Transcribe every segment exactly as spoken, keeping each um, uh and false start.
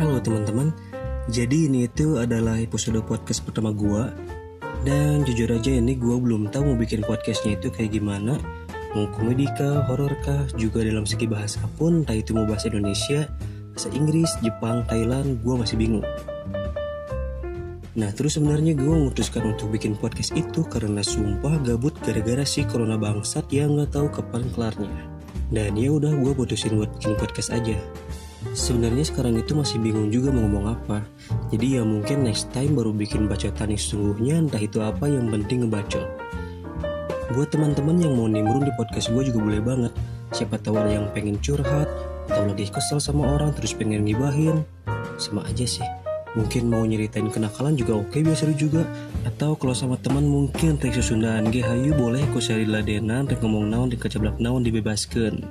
Halo teman-teman, jadi ini itu adalah episode podcast pertama gue. Dan jujur aja ini gue belum tahu mau bikin podcastnya itu kayak gimana. Mau komedi kah, horor kah, juga dalam segi bahasa pun, entah itu mau bahasa Indonesia, bahasa Inggris, Jepang, Thailand, gue masih bingung. Nah terus sebenarnya gue memutuskan untuk bikin podcast itu karena sumpah gabut gara-gara si corona bangsat yang gak tahu kapan kelarnya. Dan ya udah gue putusin buat bikin podcast aja. Sebenarnya sekarang itu masih bingung juga mau ngomong apa. Jadi ya mungkin next time baru bikin bacotan yang sesungguhnya, entah itu apa, yang penting ngebacot. Buat teman-teman yang mau nimbrung di podcast gue juga boleh banget. Siapa tahu ada yang pengen curhat, atau lagi kesel sama orang terus pengen ngibahin. Sama aja sih. Mungkin mau nyeritain kenakalan juga oke, biar seru juga. Atau kalau sama teman mungkin trik susundaan ge hayu boleh ku sari ladenan, rek ngomong naon, rek kacablak naon dibebaskeun.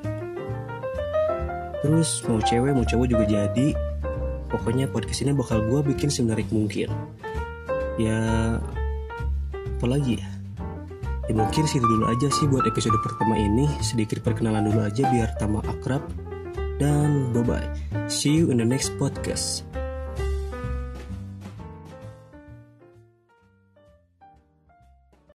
Terus mau cewek mau cowok juga jadi. Pokoknya podcast ini bakal gue bikin semenarik mungkin. Ya apalagi ya Ya mungkin situ dulu aja sih buat episode pertama ini. Sedikit perkenalan dulu aja biar tambah akrab. Dan bye bye, see you in the next podcast.